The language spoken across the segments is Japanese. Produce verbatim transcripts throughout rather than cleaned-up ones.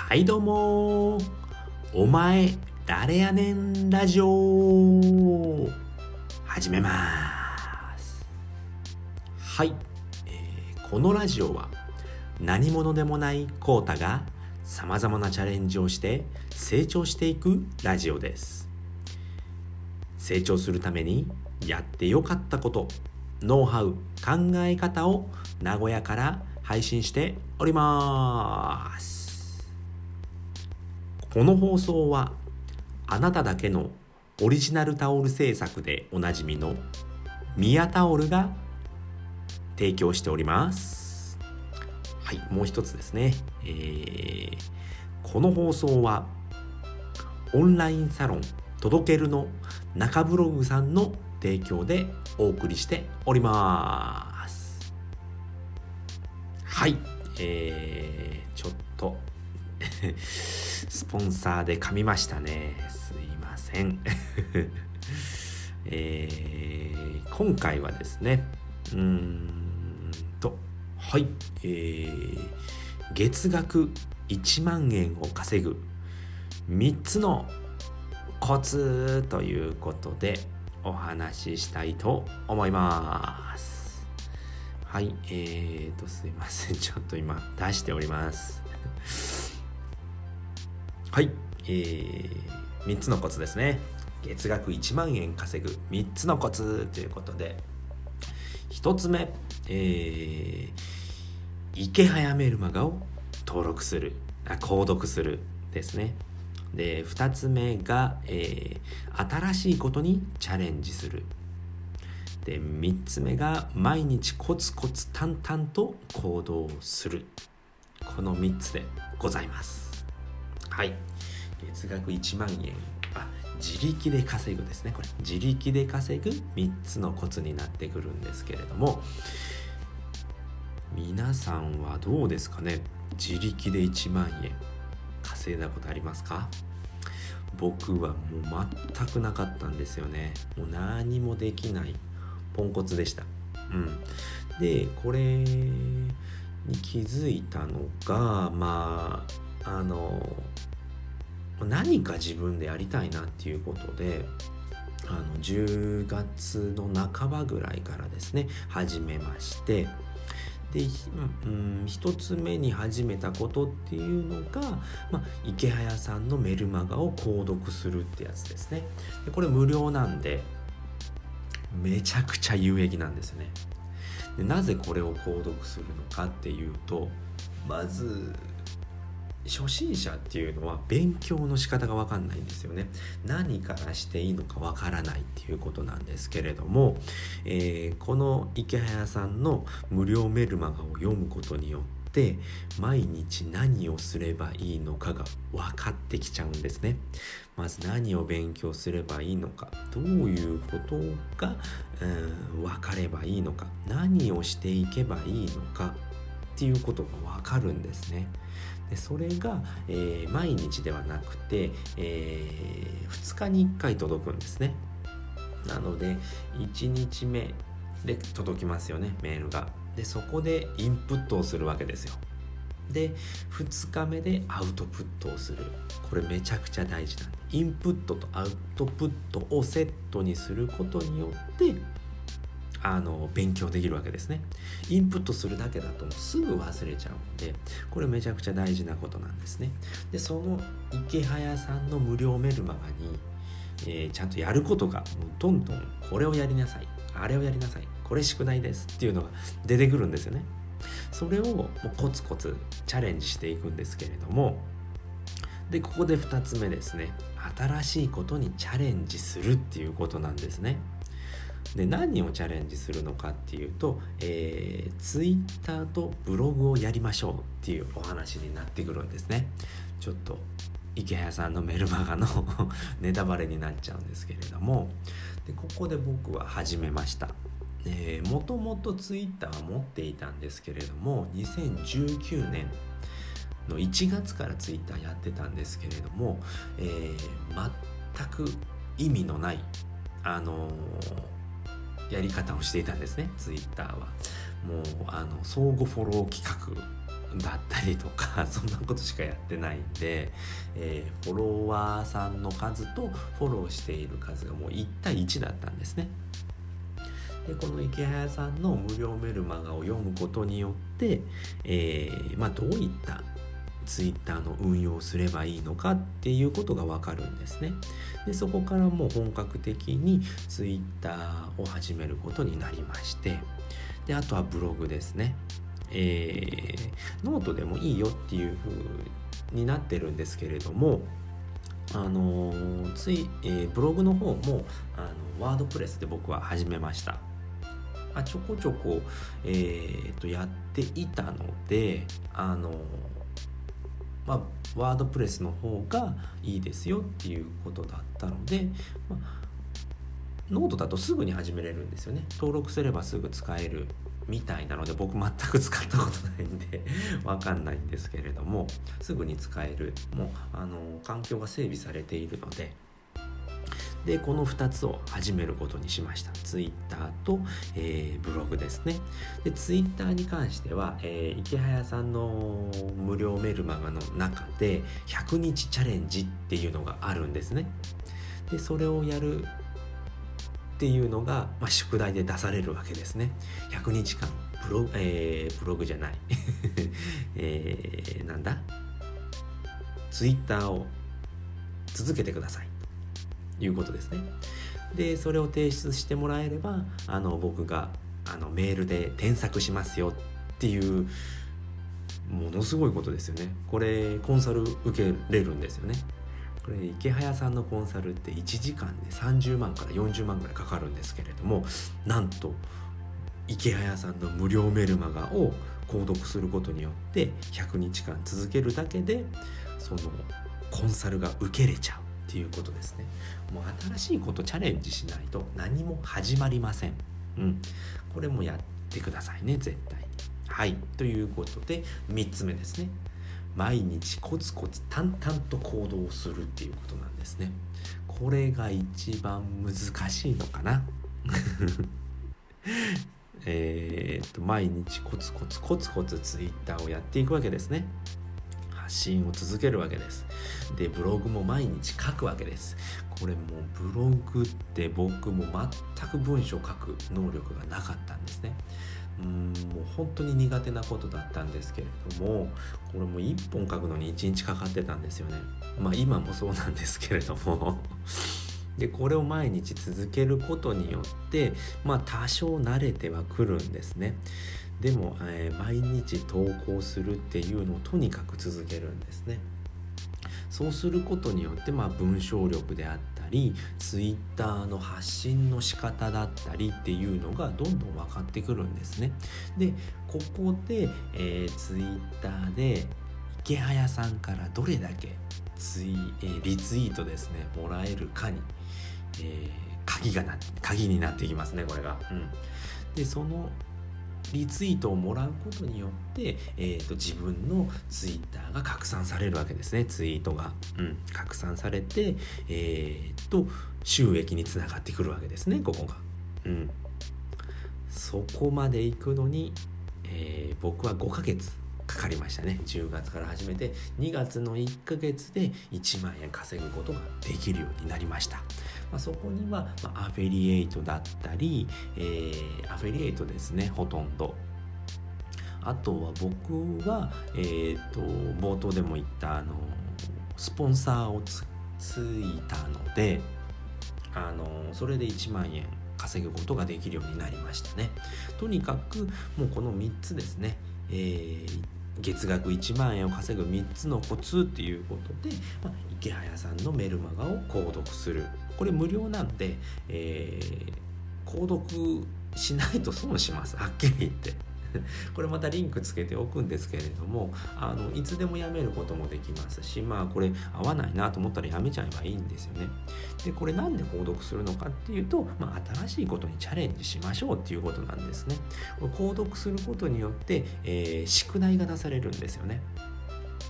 はいどうもお前誰やねんラジオ始めます。はい、えー、このラジオは何者でもないコウタがさまざまなチャレンジをして成長していくラジオです。成長するためにやってよかったこと、ノウハウ、考え方を名古屋から配信しております。この放送はあなただけのオリジナルタオル制作でおなじみのミヤタオルが提供しております。はい、もう一つですね、えー、この放送はオンラインサロン届けるの中ブログさんの提供でお送りしております。はい、えー、ちょっとスポンサーで噛みましたね。すいません、えー、今回はですねうーんとはい、えー、月額いちまんえんを稼ぐみっつのコツということでお話ししたいと思います。はい、えーとすいません、ちょっと今出しておりますはい、えー、みっつのコツですね。月額いちまんえん稼ぐみっつのコツということで、ひとつめ、えー、池早メルマガを登録する、あ、購読するですね。で、ふたつめが、えー、新しいことにチャレンジする。で、みっつめが毎日コツコツ淡々と行動する。このみっつでございます。はい、月額いちまんえん、あ、自力で稼ぐですね。これ自力で稼ぐみっつのコツになってくるんですけれども、皆さんはどうですかね。自力でいちまんえん稼いだことありますか？僕はもう全くなかったんですよね。もう何もできないポンコツでした。うん。で、これに気づいたのが、まああの何か自分でやりたいなっていうことで、あのじゅうがつの半ばぐらいからですね始めまして、で、うん、一つ目に始めたことっていうのが、まあ、池早さんのメルマガを購読するってやつですね。でこれ無料なんでめちゃくちゃ有益なんですね。でなぜこれを購読するのかっていうと、まず初心者っていうのは勉強の仕方が分かんないんですよね。何からしていいのか分からないっていうことなんですけれども、えー、この池早さんの無料メルマガを読むことによって毎日何をすればいいのかが分かってきちゃうんですね。まず何を勉強すればいいのか、どういうことが、うん、分かればいいのか、何をしていけばいいのかっていうことが分かるんですね。でそれが、えー、毎日ではなくて、えー、ふつかにいっかい届くんですね。なのでいちにちめで届きますよね、メールが。でそこでインプットをするわけですよ。でふつかめでアウトプットをする。これめちゃくちゃ大事なんで、インプットとアウトプットをセットにすることによってあの勉強できるわけですね。インプットするだけだとすぐ忘れちゃうんで、これめちゃくちゃ大事なことなんですね。でその池早さんの無料メルマガに、えー、ちゃんとやることがもうどんどん、これをやりなさい、あれをやりなさい、これ宿題ですっていうのが出てくるんですよね。それをもうコツコツチャレンジしていくんですけれども、でここでふたつめですね、新しいことにチャレンジするっていうことなんですね。で何をチャレンジするのかっていうと、えー、ツイッターとブログをやりましょうっていうお話になってくるんですね。ちょっと池早さんのメルマガのネタバレになっちゃうんですけれども、でここで僕は始めました。えー、もともとツイッターは持っていたんですけれども、にせんじゅうきゅうねんのいちがつからツイッターやってたんですけれども、えー、全く意味のないあのーやり方をしていたんですね。ツイッターはもうあの相互フォロー企画だったりとかそんなことしかやってないんで、えー、フォロワーさんの数とフォローしている数がもういち対いちだったんですね。でこの池早さんの無料メルマガを読むことによって、えーまあ、どういったツイッターの運用をすればいいのかっていうことが分かるんですね。でそこからもう本格的にツイッターを始めることになりまして、であとはブログですね。えー、ノートでもいいよっていう風になってるんですけれども、あのー、つい、えー、ブログの方もあのワードプレスで僕は始めました。あちょこちょこ、えー、とやっていたので、あのーまあ、ワードプレスの方がいいですよっていうことだったので、まあ、ノートだとすぐに始めれるんですよね。登録すればすぐ使えるみたいなので、僕全く使ったことないんでわかんないんですけれども、すぐに使えるもうあの環境が整備されているので、でこのふたつを始めることにしました。ツイッターと、えー、ブログですね。でツイッターに関しては、えー、池早さんの無料メルマガの中でひゃくにちチャレンジっていうのがあるんですね。でそれをやるっていうのが、まあ、宿題で出されるわけですね。ひゃくにちかんブログ、えー、ブログじゃない、えー、なんだツイッターを続けてくださいということですね。でそれを提出してもらえれば、あの僕があのメールで添削しますよっていうものすごいことですよね。これコンサル受けれるんですよね。これ池早さんのコンサルっていちじかんでさんじゅうまんからよんじゅうまんぐらいかかるんですけれども、なんと池早さんの無料メルマガを購読することによってひゃくにちかん続けるだけでそのコンサルが受けれちゃうっていうことですね。もう新しいことチャレンジしないと何も始まりません。うん、これもやってくださいね、絶対に。はい、ということでみっつめですね。毎日コツコツ淡々と行動するっていうことなんですね。これが一番難しいのかなえっと毎日コツコツコツコツツイッターをやっていくわけですね。発信を続けるわけです。でブログも毎日書くわけです。これもうブログって僕も全く文章を書く能力がなかったんですね。うーんもう本当に苦手なことだったんですけれども、これもいっぽん書くのにいちにちかかってたんですよね。まあ今もそうなんですけれどもでこれを毎日続けることによってまあ多少慣れてはくるんですね。でも、えー、毎日投稿するっていうのをとにかく続けるんですね。そうすることによって、まあ、文章力であったりツイッターの発信の仕方だったりっていうのがどんどん分かってくるんですね。でここで、えー、ツイッターで池早さんからどれだけツイ、えー、リツイートですねもらえるかに、えー、鍵がな鍵になってきますね、これが。うん、でそのリツイートをもらうことによって、えーと、自分のツイッターが拡散されるわけですね。ツイートが、うん、拡散されて、えーと収益につながってくるわけですね、ここが。うん、そこまで行くのに、えー、僕はごかげつかかりましたね。じゅうがつから始めてにがつのいっかげつでいちまんえん稼ぐことができるようになりました。まあ、そこには、まあ、アフィリエイトだったり、えー、アフィリエイトですね、ほとんど。あとは僕は、えー、と冒頭でも言ったあのスポンサーを つ, ついたのであのそれでいちまんえん稼ぐことができるようになりましたね。とにかくもうこのみっつですね、えー月額いちまんえんを稼ぐみっつのコツっていうことで、まあ、池早さんのメルマガを購読する。これ無料なんで、えー、購読しないと損します、はっきり言ってこれまたリンクつけておくんですけれども、あのいつでもやめることもできますし、まあこれ合わないなと思ったらやめちゃえばいいんですよね。でこれなんで購読するのかっていうと、まあ、新しいことにチャレンジしましょうっていうことなんですね。これ購読することによって、えー、宿題が出されるんですよね。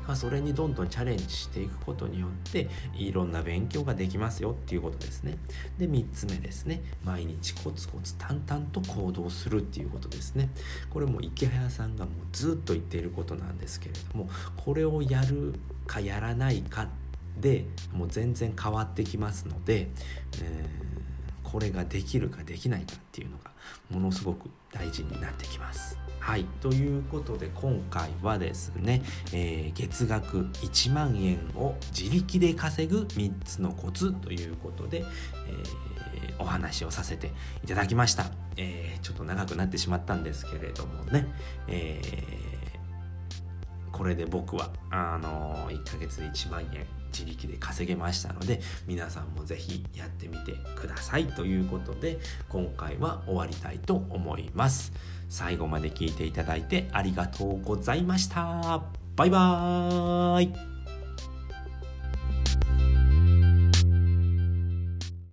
それにどんどんチャレンジしていくことによっていろんな勉強ができますよっていうことですね。でみっつめですね、毎日コツコツ淡々と行動するっていうことですね。これも池早さんがもうずっと言っていることなんですけれども、これをやるかやらないかでもう全然変わってきますので、えーこれができるかできないかっていうのがものすごく大事になってきます。はい、ということで今回はですね、えー、月額いちまんえんを自力で稼ぐみっつのコツということで、えー、お話をさせていただきました。えー、ちょっと長くなってしまったんですけれどもね、えー、これで僕はあのー、いっかげつでいちまんえん自力で稼げましたので、皆さんもぜひやってみてくださいということで、今回は終わりたいと思います。最後まで聞いていただいてありがとうございました。バイバーイ。